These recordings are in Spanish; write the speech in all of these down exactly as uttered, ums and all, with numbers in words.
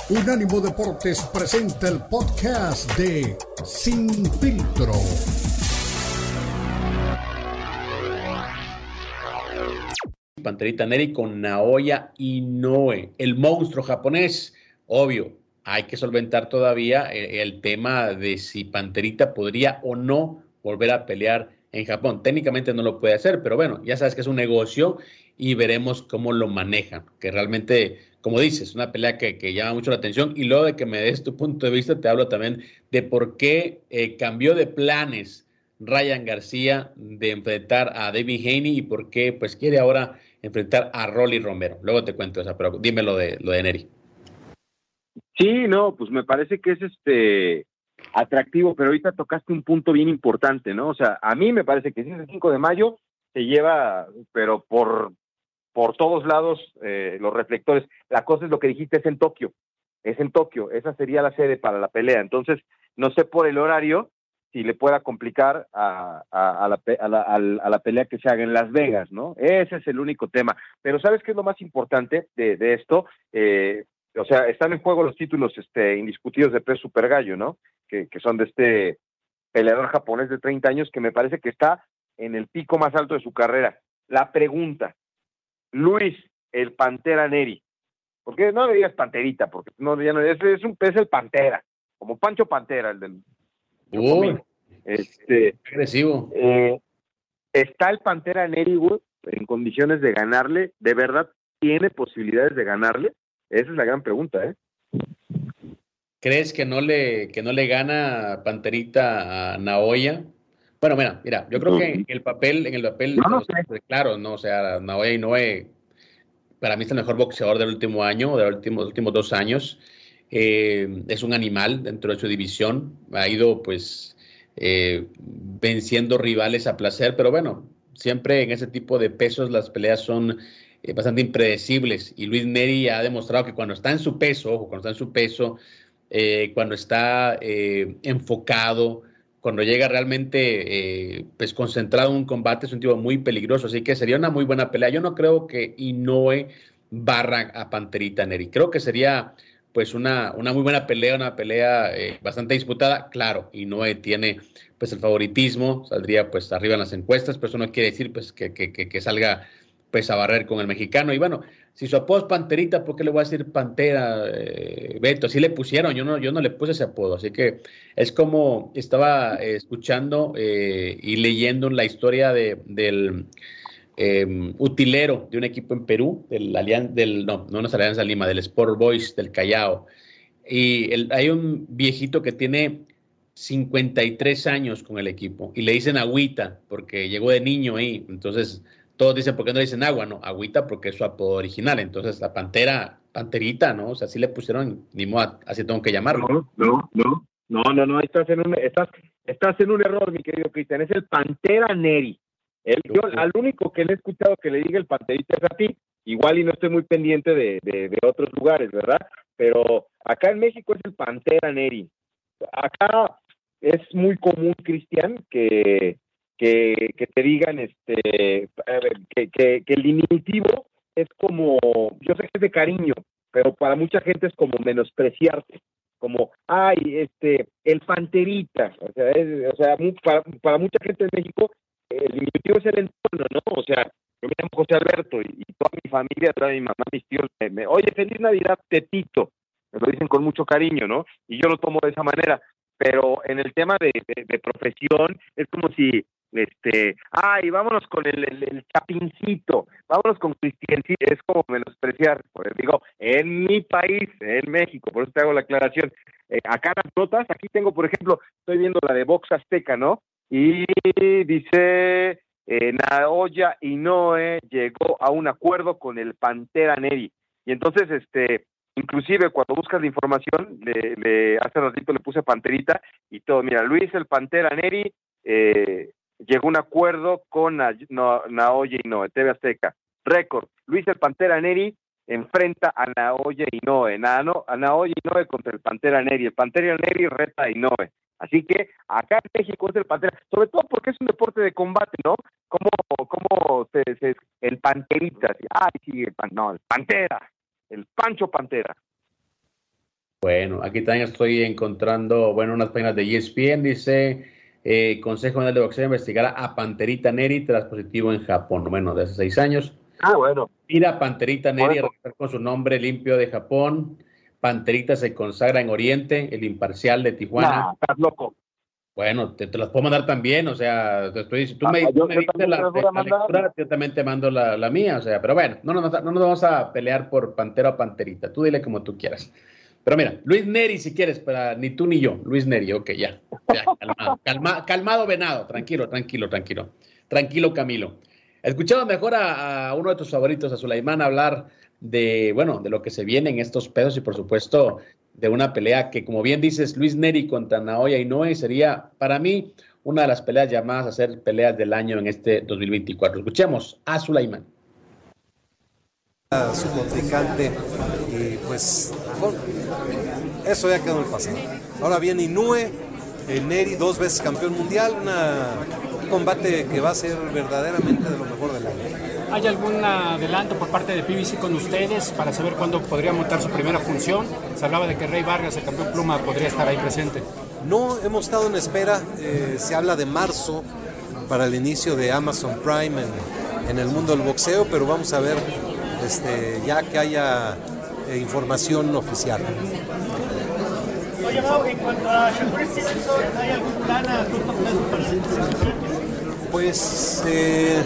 Unánimo Deportes presenta el podcast de Sin Filtro. Panterita Neri con Naoya Inoue, el monstruo japonés. Obvio, hay que solventar todavía el, el tema de si Panterita podría o no volver a pelear en Japón. Técnicamente no lo puede hacer, pero bueno, ya sabes que es un negocio y veremos cómo lo manejan, que realmente, como dices, es una pelea que, que llama mucho la atención. Y luego de que me des tu punto de vista, te hablo también de por qué eh, cambió de planes Ryan García de enfrentar a David Haney y por qué pues quiere ahora enfrentar a Rolly Romero. Luego te cuento esa, pero dime lo de, lo de Neri. Sí, no, pues me parece que es este atractivo, pero ahorita tocaste un punto bien importante, ¿no? O sea, a mí me parece que si es el cinco de mayo, se lleva, pero por, por todos lados eh, los reflectores. La cosa es lo que dijiste, es en Tokio, es en Tokio, esa sería la sede para la pelea. Entonces, no sé por el horario si le pueda complicar a, a, a, la, a, la, a la pelea que se haga en Las Vegas, ¿no? Ese es el único tema. Pero ¿sabes qué es lo más importante de, de esto? Eh, o sea, están en juego los títulos este, indiscutidos de peso super gallo, ¿no? Que, que son de este peleador japonés de treinta años que me parece que está en el pico más alto de su carrera. La pregunta, Luis, el Pantera Neri, porque no le digas Panterita, porque no, ya no es, es un es el Pantera, como Pancho Pantera, el del Uh, este agresivo. Eh, ¿Está el Pantera Neri Wood en condiciones de ganarle? ¿De verdad tiene posibilidades de ganarle? Esa es la gran pregunta, ¿eh? ¿Crees que no le, que no le gana Panterita a Naoya? Bueno, mira, mira, yo creo que en el papel, en el papel, No, no o sea, sé. claro, no, o sea, Naoya Inoue para mí es el mejor boxeador del último año, de los últimos, últimos dos años. Eh, es un animal dentro de su división. Ha ido, pues, eh, venciendo rivales a placer, pero bueno, siempre en ese tipo de pesos las peleas son eh, bastante impredecibles. Y Luis Neri ha demostrado que cuando está en su peso, ojo, cuando está en su peso, eh, cuando está eh, enfocado, cuando llega realmente eh, pues concentrado en un combate, es un tipo muy peligroso, así que sería una muy buena pelea. Yo no creo que Inoue barra a Panterita Neri, creo que sería pues una, una muy buena pelea, una pelea eh, bastante disputada. Claro, Inoue tiene pues el favoritismo, saldría pues arriba en las encuestas, pero eso no quiere decir pues que, que, que, que salga pues a barrer con el mexicano. Y bueno, si su apodo es Panterita, ¿por qué le voy a decir Pantera, eh, Beto? Así le pusieron, yo no, yo no le puse ese apodo, así que es como estaba eh, escuchando eh, y leyendo la historia de, del eh, utilero de un equipo en Perú, del Alianza, del, no, no es Alianza Lima, del Sport Boys del Callao. Y el, hay un viejito que tiene cincuenta y tres años con el equipo y le dicen agüita porque llegó de niño ahí. Entonces todos dicen, ¿por qué no le dicen agua? No, agüita porque es su apodo original. Entonces la pantera, panterita, ¿no? O sea, así le pusieron, ni modo, así tengo que llamarlo. No, no, no, no, no, no, estás en un, estás, estás en un error, mi querido Cristian, es el Pantera Neri. El, yo, al único que le he escuchado que le diga el Panterita es a ti, igual y no estoy muy pendiente de, de, de otros lugares, ¿verdad? Pero acá en México es el Pantera Neri. Acá es muy común, Cristian, que, que, que te digan este que, que, que el diminutivo es como, yo sé que es de cariño, pero para mucha gente es como menospreciarte, como, ay, este, el Panterita, o sea, es, o sea para, para mucha gente en México, el diminutivo es el entorno, ¿no? O sea, yo me llamo José Alberto y, y toda mi familia, toda mi mamá, mis tíos, me, me, oye, feliz Navidad, Tetito, me lo dicen con mucho cariño, ¿no? Y yo lo tomo de esa manera, pero en el tema de, de, de profesión, es como si, este, ay, vámonos con el, el, el Chapincito, vámonos con Cristiancito, es como menospreciar, por eso digo, en mi país, en México, por eso te hago la aclaración. Eh, acá las notas, aquí tengo, por ejemplo, estoy viendo la de Box Azteca, ¿no? Y dice, eh, Naoya Inoue llegó a un acuerdo con el Pantera Neri, y entonces, este, inclusive cuando buscas la información, le, le, hace ratito le puse Panterita y todo, mira, Luis el Pantera Neri, eh, llegó a un acuerdo con Na, no, Naoya Inoue, T V Azteca. Récord, Luis el Pantera Neri enfrenta a Naoya Inoue, Na, no, a Naoya Inoue contra el Pantera Neri, el Pantera Neri reta a Inoue. Así que acá en México es el Pantera, sobre todo porque es un deporte de combate, ¿no? Como, como se, se, el Panterita, ay sí, el pan, no, el Pantera, el Pancho Pantera. Bueno, aquí también estoy encontrando, bueno, unas páginas de E S P N, dice, eh, Consejo Mundial de Boxeo investigará a Panterita Neri tras positivo en Japón, bueno, de hace seis años. Ah, bueno. Mira, Panterita Neri Bueno. a con su nombre limpio de Japón. Panterita se consagra en Oriente, el imparcial de Tijuana. Nah, estás loco. Bueno, te, te las puedo mandar también, o sea, te estoy, si tú ah, me, yo, tú me yo diste la, la, la lectura, yo también te mando la, la mía, o sea, pero bueno, no, no, no, no nos vamos a pelear por Pantera o Panterita, tú dile como tú quieras. Pero mira, Luis Neri, si quieres, para ni tú ni yo, Luis Neri, ok, ya, ya calmado, calma, calmado venado, tranquilo, tranquilo, tranquilo, tranquilo Camilo. Escuchamos mejor a, a uno de tus favoritos, a Sulaimán, hablar de, bueno, de lo que se viene en estos pedos y por supuesto de una pelea que, como bien dices, Luis Neri contra Naoya Inoue sería para mí una de las peleas llamadas a ser peleas del año en este dos mil veinticuatro. Escuchemos a Sulaimán. A su contrincante y pues eso ya quedó en el pasado. Ahora viene Inoue, el Neri, dos veces campeón mundial, una, un combate que va a ser verdaderamente de lo mejor del año. ¿Hay algún adelanto por parte de P B C con ustedes para saber cuándo podría montar su primera función? Se hablaba de que Rey Vargas, el campeón pluma, podría estar ahí presente. No, hemos estado en espera, eh, se habla de marzo para el inicio de Amazon Prime en, en el mundo del boxeo, pero vamos a ver este, ya que haya eh, información oficial. Oye, Mau, en cuanto a Shakur Stevenson, ¿hay algún plan a corto plazo para la? Pues eh,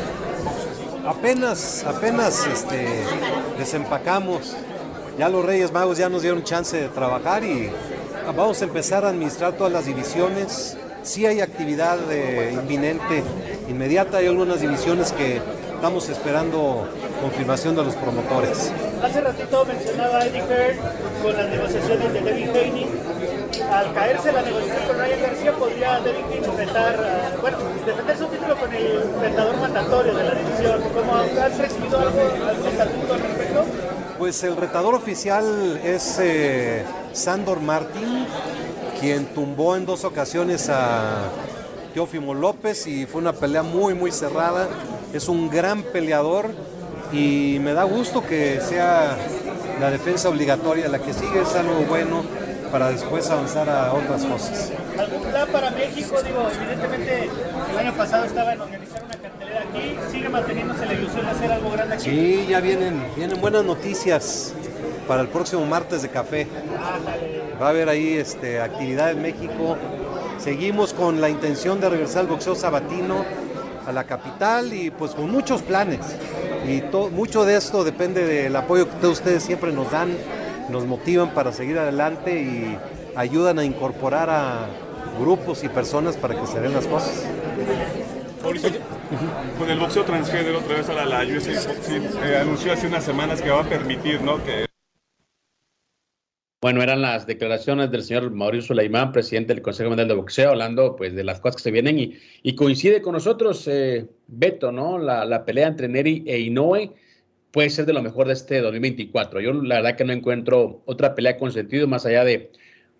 apenas, apenas este, desempacamos. Ya los Reyes Magos ya nos dieron chance de trabajar y vamos a empezar a administrar todas las divisiones. Sí hay actividad eh, inminente, inmediata. Hay algunas divisiones que estamos esperando confirmación de los promotores. Hace ratito mencionaba Eddie Hearn con las negociaciones de Devin Haney. Al caerse la negociación con Ryan García, podría Devin Haney enfrentar, uh, bueno, defender su título con el retador mandatorio de la división. ¿Cómo has recibido algo, algún estatuto al respecto? Pues el retador oficial es eh, Sandor Martin, quien tumbó en dos ocasiones a Teófimo López y fue una pelea muy muy cerrada. Es un gran peleador y me da gusto que sea la defensa obligatoria la que sigue, es algo bueno para después avanzar a otras cosas. ¿Algún plan para México? Digo, evidentemente el año pasado estaba en organizar una cartelera aquí, ¿sigue manteniéndose la ilusión de hacer algo grande aquí? Sí, ya vienen, vienen buenas noticias para el próximo martes de café. Va a haber ahí este, actividad en México. Seguimos con la intención de regresar al boxeo sabatino a la capital y pues con muchos planes. Y to, mucho de esto depende del apoyo que ustedes siempre nos dan, nos motivan para seguir adelante y ayudan a incorporar a grupos y personas para que se den las cosas. Mauricio, con el boxeo transgénero otra vez a la, la U S A Boxing, eh, anunció hace unas semanas que va a permitir, ¿no? Que Bueno, eran las declaraciones del señor Mauricio Sulaimán, presidente del Consejo Mundial de Boxeo, hablando pues de las cosas que se vienen y, y coincide con nosotros, eh, Beto, ¿no? La, la pelea entre Neri e Inoue puede ser de lo mejor de este dos mil veinticuatro. Yo la verdad que no encuentro otra pelea con sentido más allá de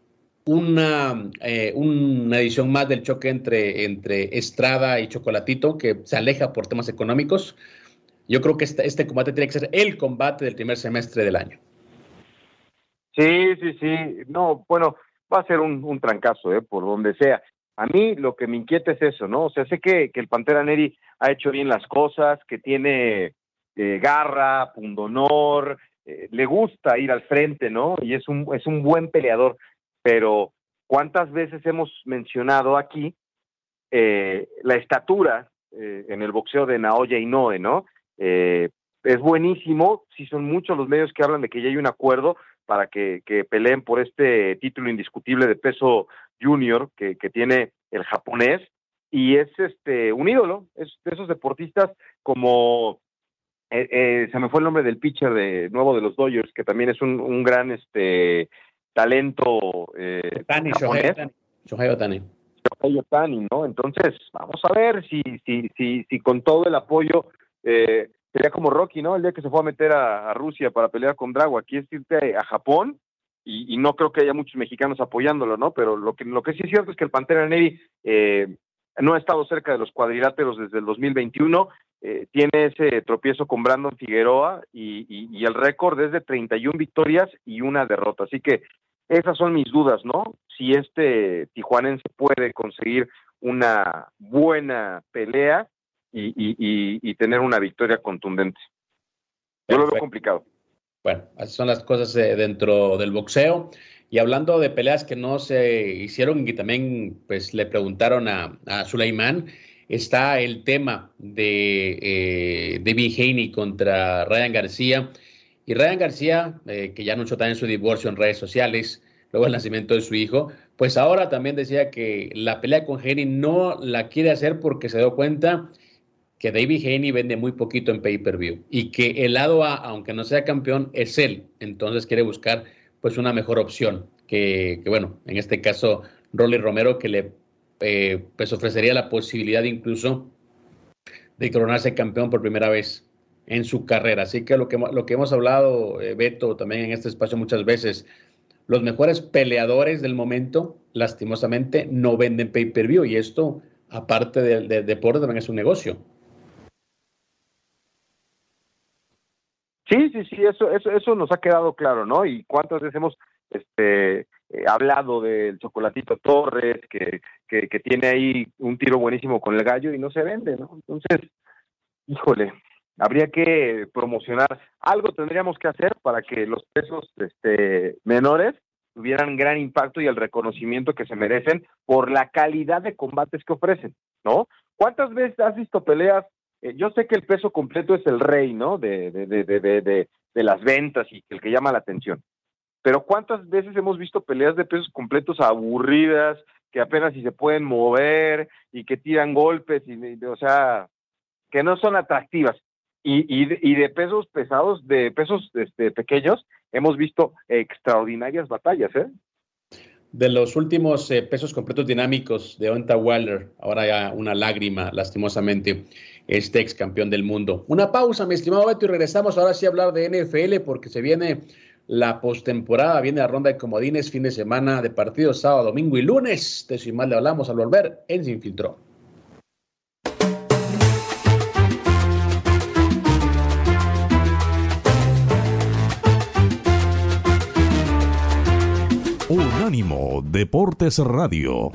una, eh, una edición más del choque entre, entre Estrada y Chocolatito, que se aleja por temas económicos. Yo creo que este, este combate tiene que ser el combate del primer semestre del año. Sí, sí, sí. No, bueno, va a ser un, un trancazo, ¿eh? Por donde sea. A mí lo que me inquieta es eso, ¿no? O sea, sé que, que el Pantera Neri ha hecho bien las cosas, que tiene eh, garra, pundonor, eh, le gusta ir al frente, ¿no? Y es un, es un buen peleador. Pero, ¿cuántas veces hemos mencionado aquí eh, la estatura eh, en el boxeo de Naoya Inoue, ¿no? Eh, es buenísimo, sí son muchos los medios que hablan de que ya hay un acuerdo para que, que peleen por este título indiscutible de peso junior que, que tiene el japonés, y es este un ídolo, es de esos deportistas como, eh, eh, se me fue el nombre del pitcher de nuevo de los Dodgers, que también es un, un gran este talento eh, Otani, japonés. Shohei Otani. Shohei Otani, ¿no? Entonces, vamos a ver si, si, si, si con todo el apoyo, eh, sería como Rocky, ¿no? El día que se fue a meter a, a Rusia para pelear con Drago, aquí es irte a Japón, y, y no creo que haya muchos mexicanos apoyándolo, ¿no? Pero lo que, lo que sí es cierto es que el Pantera Neri eh, no ha estado cerca de los cuadriláteros desde el dos mil veintiuno, eh, tiene ese tropiezo con Brandon Figueroa, y, y, y el récord es de treinta y una victorias y una derrota, así que esas son mis dudas, ¿no? Si este tijuanense puede conseguir una buena pelea y, y, y, y tener una victoria contundente. Yo Perfecto. Lo veo complicado. Bueno, así son las cosas eh, dentro del boxeo. Y hablando de peleas que no se hicieron y que también pues le preguntaron a, a Sulaimán, está el tema de eh, Devin Haney contra Ryan García. Y Ryan García, eh, que ya anunció también su divorcio en redes sociales, luego el nacimiento de su hijo, pues ahora también decía que la pelea con Haney no la quiere hacer porque se dio cuenta que Devin Haney vende muy poquito en pay-per-view y que el lado A, aunque no sea campeón, es él. Entonces quiere buscar pues una mejor opción, que, que bueno, en este caso Rolly Romero, que le eh, pues ofrecería la posibilidad incluso de coronarse campeón por primera vez en su carrera. Así que lo que, lo que hemos hablado, eh, Beto, también en este espacio muchas veces, los mejores peleadores del momento, lastimosamente, no venden pay-per-view, y esto, aparte del de, de deporte, también es un negocio. Sí, sí, sí, eso, eso, eso nos ha quedado claro, ¿no? Y cuántas veces hemos este, eh, hablado del Chocolatito Torres, que, que, que tiene ahí un tiro buenísimo con el gallo y no se vende, ¿no? Entonces, híjole, habría que promocionar, algo tendríamos que hacer para que los pesos este, menores tuvieran gran impacto y el reconocimiento que se merecen por la calidad de combates que ofrecen, ¿no? ¿Cuántas veces has visto peleas? Eh, yo sé que el peso completo es el rey, ¿no? De, de, de, de, de, de, de las ventas y el que llama la atención. Pero ¿cuántas veces hemos visto peleas de pesos completos aburridas, que apenas si se pueden mover y que tiran golpes, y, y o sea, que no son atractivas? Y, y, de, y de pesos pesados, de pesos este, pequeños, hemos visto extraordinarias batallas, ¿eh? De los últimos eh, pesos completos dinámicos de Deontay Wilder, ahora ya una lágrima, lastimosamente, este ex campeón del mundo. Una pausa, mi estimado Beto, y regresamos ahora sí a hablar de N F L, porque se viene la postemporada, viene la ronda de comodines, fin de semana de partidos, sábado, domingo y lunes. De sin más le hablamos al volver en Sin Filtro. Unánimo Deportes Radio.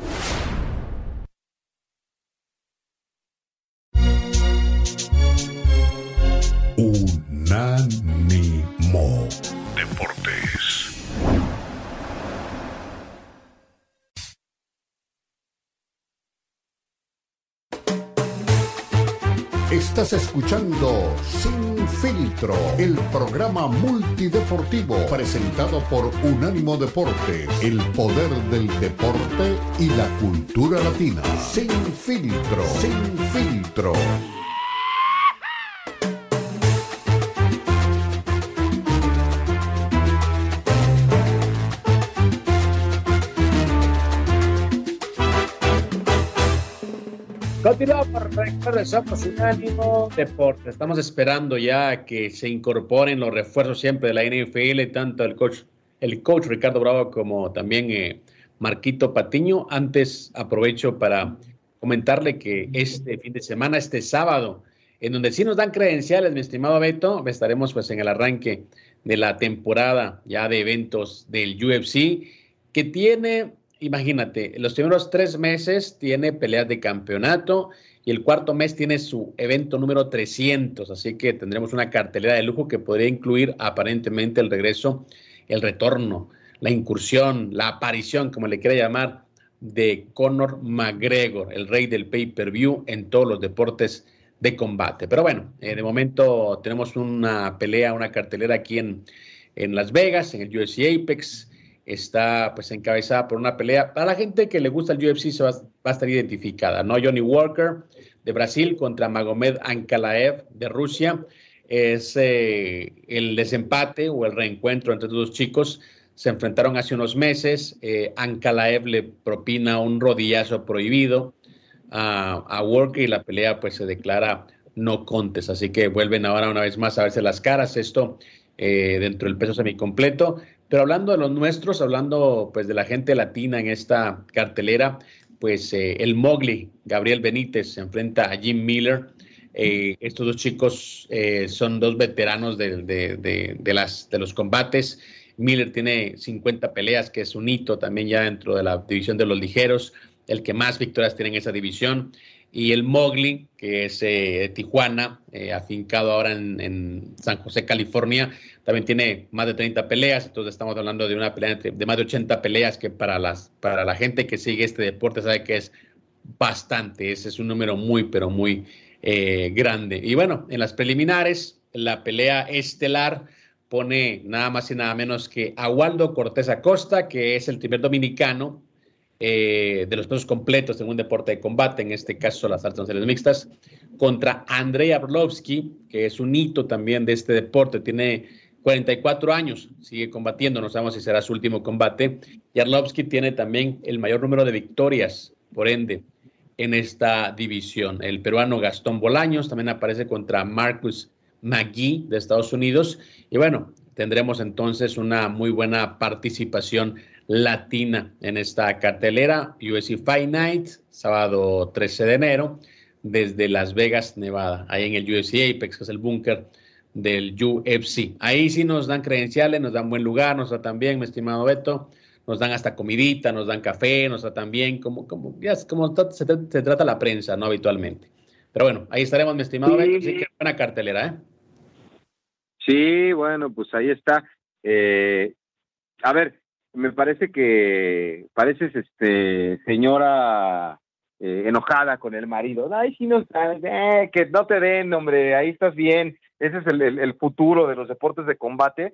Unánimo Deportes. Estás escuchando Sin Filtro, el programa multideportivo presentado por Unánimo Deportes, el poder del deporte y la cultura latina. Sin Filtro, Sin Filtro. Continuamos, regresamos Unánimo Deportes. Estamos esperando ya que se incorporen los refuerzos siempre de la N F L, tanto el coach, el coach Ricardo Bravo como también eh, Marquito Patiño. Antes aprovecho para comentarle que este fin de semana, este sábado, en donde sí nos dan credenciales, mi estimado Beto, estaremos pues en el arranque de la temporada ya de eventos del U F C, que tiene... Imagínate, los primeros tres meses tiene peleas de campeonato y el cuarto mes tiene su evento número trescientos, así que tendremos una cartelera de lujo que podría incluir aparentemente el regreso, el retorno, la incursión, la aparición, como le quiera llamar, de Conor McGregor, el rey del pay-per-view en todos los deportes de combate. Pero bueno, eh, de momento tenemos una pelea, una cartelera aquí en, en Las Vegas, en el U F C Apex. Está pues encabezada por una pelea. Para la gente que le gusta el U F C se va, va a estar identificada, ¿no? Johnny Walker de Brasil contra Magomed Ankalaev de Rusia. Es eh, el desempate o el reencuentro entre estos dos chicos. Se enfrentaron hace unos meses. Eh, Ankalaev le propina un rodillazo prohibido a, a Walker y la pelea pues se declara no contest. Así que vuelven ahora una vez más a verse las caras. Esto eh, dentro del peso semicompleto. Pero hablando de los nuestros, hablando pues de la gente latina en esta cartelera, pues eh, el Mowgli, Gabriel Benítez, se enfrenta a Jim Miller. Eh, estos dos chicos eh, son dos veteranos de, de, de, de, las, de los combates. Miller tiene cincuenta peleas, que es un hito también ya dentro de la división de los ligeros, el que más victorias tiene en esa división. Y el Mowgli, que es eh, de Tijuana, eh, afincado ahora en, en San José, California, también tiene más de treinta peleas. Entonces estamos hablando de una pelea de, de más de ochenta peleas, que para, las, para la gente que sigue este deporte sabe que es bastante. Ese es un número muy, pero muy eh, grande. Y bueno, en las preliminares, la pelea estelar pone nada más y nada menos que a Waldo Cortés Acosta, que es el primer dominicano Eh, de los pesos completos en un deporte de combate, en este caso las artes marciales mixtas, contra Andrei Arlovski, que es un hito también de este deporte. Tiene cuarenta y cuatro años, sigue combatiendo, no sabemos si será su último combate. Y Arlovski tiene también el mayor número de victorias, por ende, en esta división. El peruano Gastón Bolaños también aparece contra Marcus McGee de Estados Unidos. Y bueno, tendremos entonces una muy buena participación latina en esta cartelera. U F C Fight Night, sábado trece de enero, desde Las Vegas, Nevada, ahí en el U F C Apex, que es el búnker del U F C. Ahí sí nos dan credenciales, nos dan buen lugar, nos tratan bien, mi estimado Beto, nos dan hasta comidita, nos dan café, nos tratan bien, como, como, ya, como se, se trata la prensa, ¿no? Habitualmente. Pero bueno, ahí estaremos, mi estimado sí. Beto, así que buena cartelera, ¿eh? Sí, bueno, pues ahí está. Eh, a ver, me parece que pareces este señora eh, enojada con el marido. Ay, sí, no, eh, que no te den, hombre, ahí estás bien. Ese es el, el, el futuro de los deportes de combate.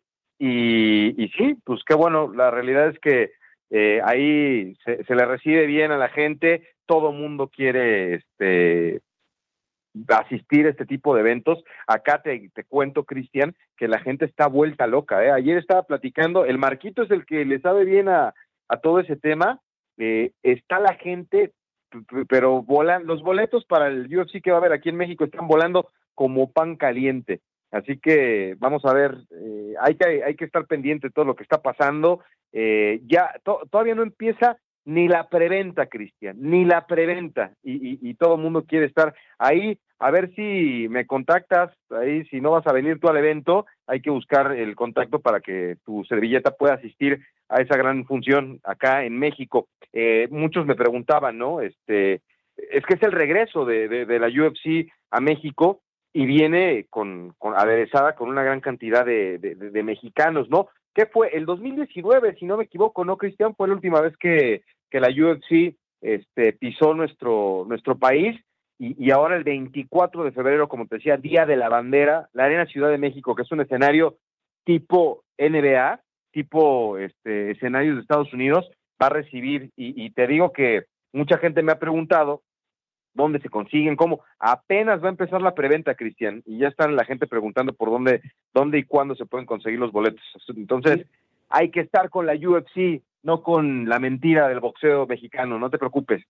Y, y sí, pues qué bueno. La realidad es que eh, ahí se, se le recibe bien a la gente. Todo mundo quiere este asistir a este tipo de eventos. Acá te, te cuento, Cristian, que la gente está vuelta loca, ¿eh? Ayer estaba platicando, el Marquito es el que le sabe bien a, a todo ese tema. Eh, está la gente, pero volan, los boletos para el U F C que va a haber aquí en México están volando como pan caliente. Así que vamos a ver, eh, hay que hay que estar pendiente de todo lo que está pasando. Eh, ya to, todavía no empieza ni la preventa, Cristian, ni la preventa, y, y, y todo el mundo quiere estar ahí. A ver si me contactas, ahí si no vas a venir tú al evento, hay que buscar el contacto para que tu servilleta pueda asistir a esa gran función acá en México. Eh, muchos me preguntaban, ¿no? Este, es que es el regreso de, de, de la U F C a México y viene con, con aderezada con una gran cantidad de, de, de, de mexicanos, ¿no? ¿Qué fue? El dos mil diecinueve, si no me equivoco, ¿no, Cristian? Fue la última vez que, que la U F C este, pisó nuestro, nuestro país, y, y ahora el veinticuatro de febrero, como te decía, Día de la Bandera, la Arena Ciudad de México, que es un escenario tipo N B A, tipo este, escenarios de Estados Unidos, va a recibir, y, y te digo que mucha gente me ha preguntado dónde se consiguen, cómo. Apenas va a empezar la preventa, Cristian, y ya están la gente preguntando por dónde, dónde y cuándo se pueden conseguir los boletos. Entonces, sí, hay que estar con la U F C, no con la mentira del boxeo mexicano, no te preocupes.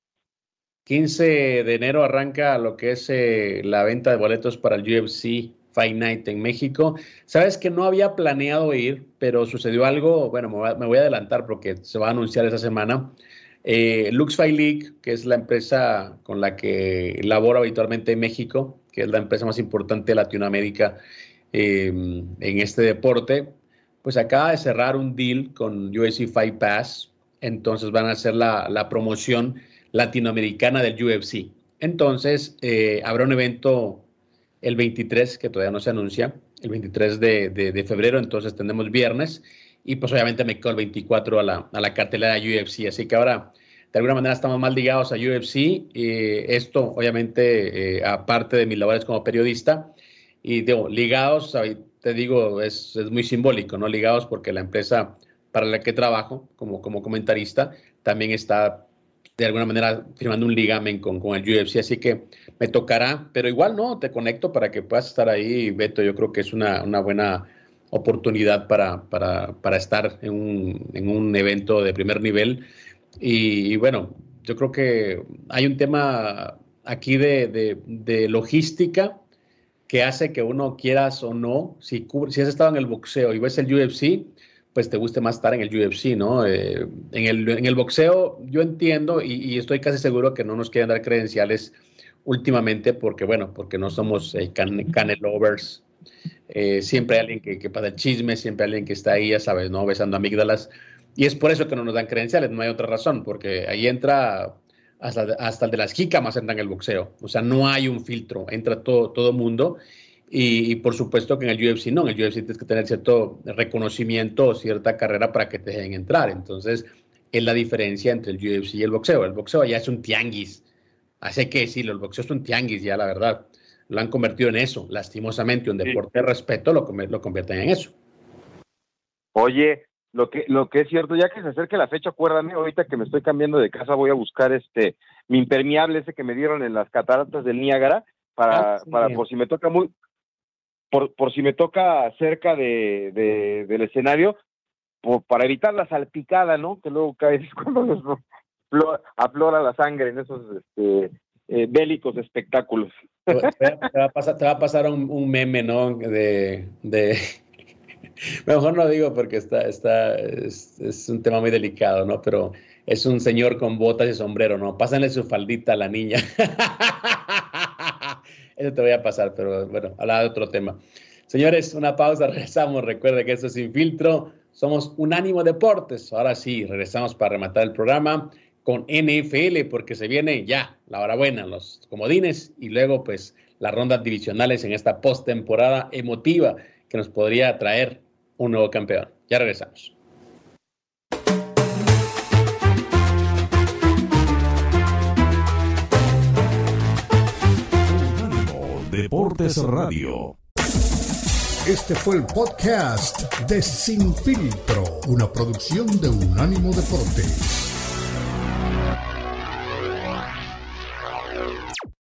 quince de enero arranca lo que es eh, la venta de boletos para el U F C Fight Night en México. Sabes que no había planeado ir, pero sucedió algo, bueno, me voy a, me voy a adelantar porque se va a anunciar esa semana. Eh, Lux Fight League, que es la empresa con la que laboro habitualmente en México, que es la empresa más importante de Latinoamérica eh, en este deporte, pues acaba de cerrar un deal con U F C Fight Pass. Entonces van a hacer la, la promoción latinoamericana del U F C. Entonces eh, habrá un evento el veintitrés, que todavía no se anuncia, el veintitrés de, de, de febrero, entonces tenemos viernes. Y pues obviamente me quedo el veinticuatro a la, a la cartelera de U F C. Así que ahora, de alguna manera, estamos más ligados a U F C. Eh, esto, obviamente, eh, aparte de mis labores como periodista. Y digo, ligados, te digo, es, es muy simbólico, ¿no? Ligados porque la empresa para la que trabajo como, como comentarista también está, de alguna manera, firmando un ligamen con, con el U F C. Así que me tocará, pero igual, ¿no? Te conecto para que puedas estar ahí, Beto. Yo creo que es una, una buena oportunidad para, para, para estar en un, en un evento de primer nivel. Y, y bueno, yo creo que hay un tema aquí de, de, de logística que hace que uno, quieras o no, si, si has estado en el boxeo y ves el U F C, pues te guste más estar en el U F C, ¿no? Eh, en, el, en el boxeo yo entiendo y, y estoy casi seguro que no nos quieren dar credenciales últimamente porque, bueno, porque no somos eh, can, canelovers Eh, siempre hay alguien que, que pasa el chisme, siempre hay alguien que está ahí, ya sabes, ¿no? Besando amígdalas. Y es por eso que no nos dan credenciales, no hay otra razón, porque ahí entra hasta, hasta el de las jícamas entra en el boxeo. O sea, no hay un filtro, entra todo todo mundo. Y, y por supuesto que en el U F C no, en el U F C tienes que tener cierto reconocimiento o cierta carrera para que te dejen entrar. Entonces, es la diferencia entre el U F C y el boxeo. El boxeo ya es un tianguis. Así que decirlo, el boxeo es un tianguis ya, la verdad. Lo han convertido en eso. Lastimosamente, un deporte de respeto lo, lo convierten en eso. Oye, lo que lo que es cierto, ya que se acerque la fecha, acuérdame, ahorita que me estoy cambiando de casa, voy a buscar este mi impermeable ese que me dieron en las cataratas del Niágara, para, ah, sí, para por si me toca muy... Por, por si me toca cerca de, de del escenario, por, para evitar la salpicada, ¿no? Que luego cae cuando nos aflora la sangre en esos este, eh, bélicos espectáculos. Te va, te va a pasar, te va a pasar un, un meme, ¿no? De, de... Mejor no digo porque está, está, es, es un tema muy delicado, ¿no? Pero es un señor con botas y sombrero, ¿no? Pásenle su faldita a la niña. Eso te voy a pasar, pero bueno, hablaba de otro tema. Señores, una pausa, regresamos. Recuerde que esto es Sin Filtro. Somos Unánimo Deportes. Ahora sí, regresamos para rematar el programa con N F L, porque se viene ya la hora buena, los comodines y luego pues las rondas divisionales en esta postemporada emotiva que nos podría traer un nuevo campeón. Ya regresamos. Deportes Radio. Este fue el podcast de Sin Filtro, una producción de Unánimo Deportes.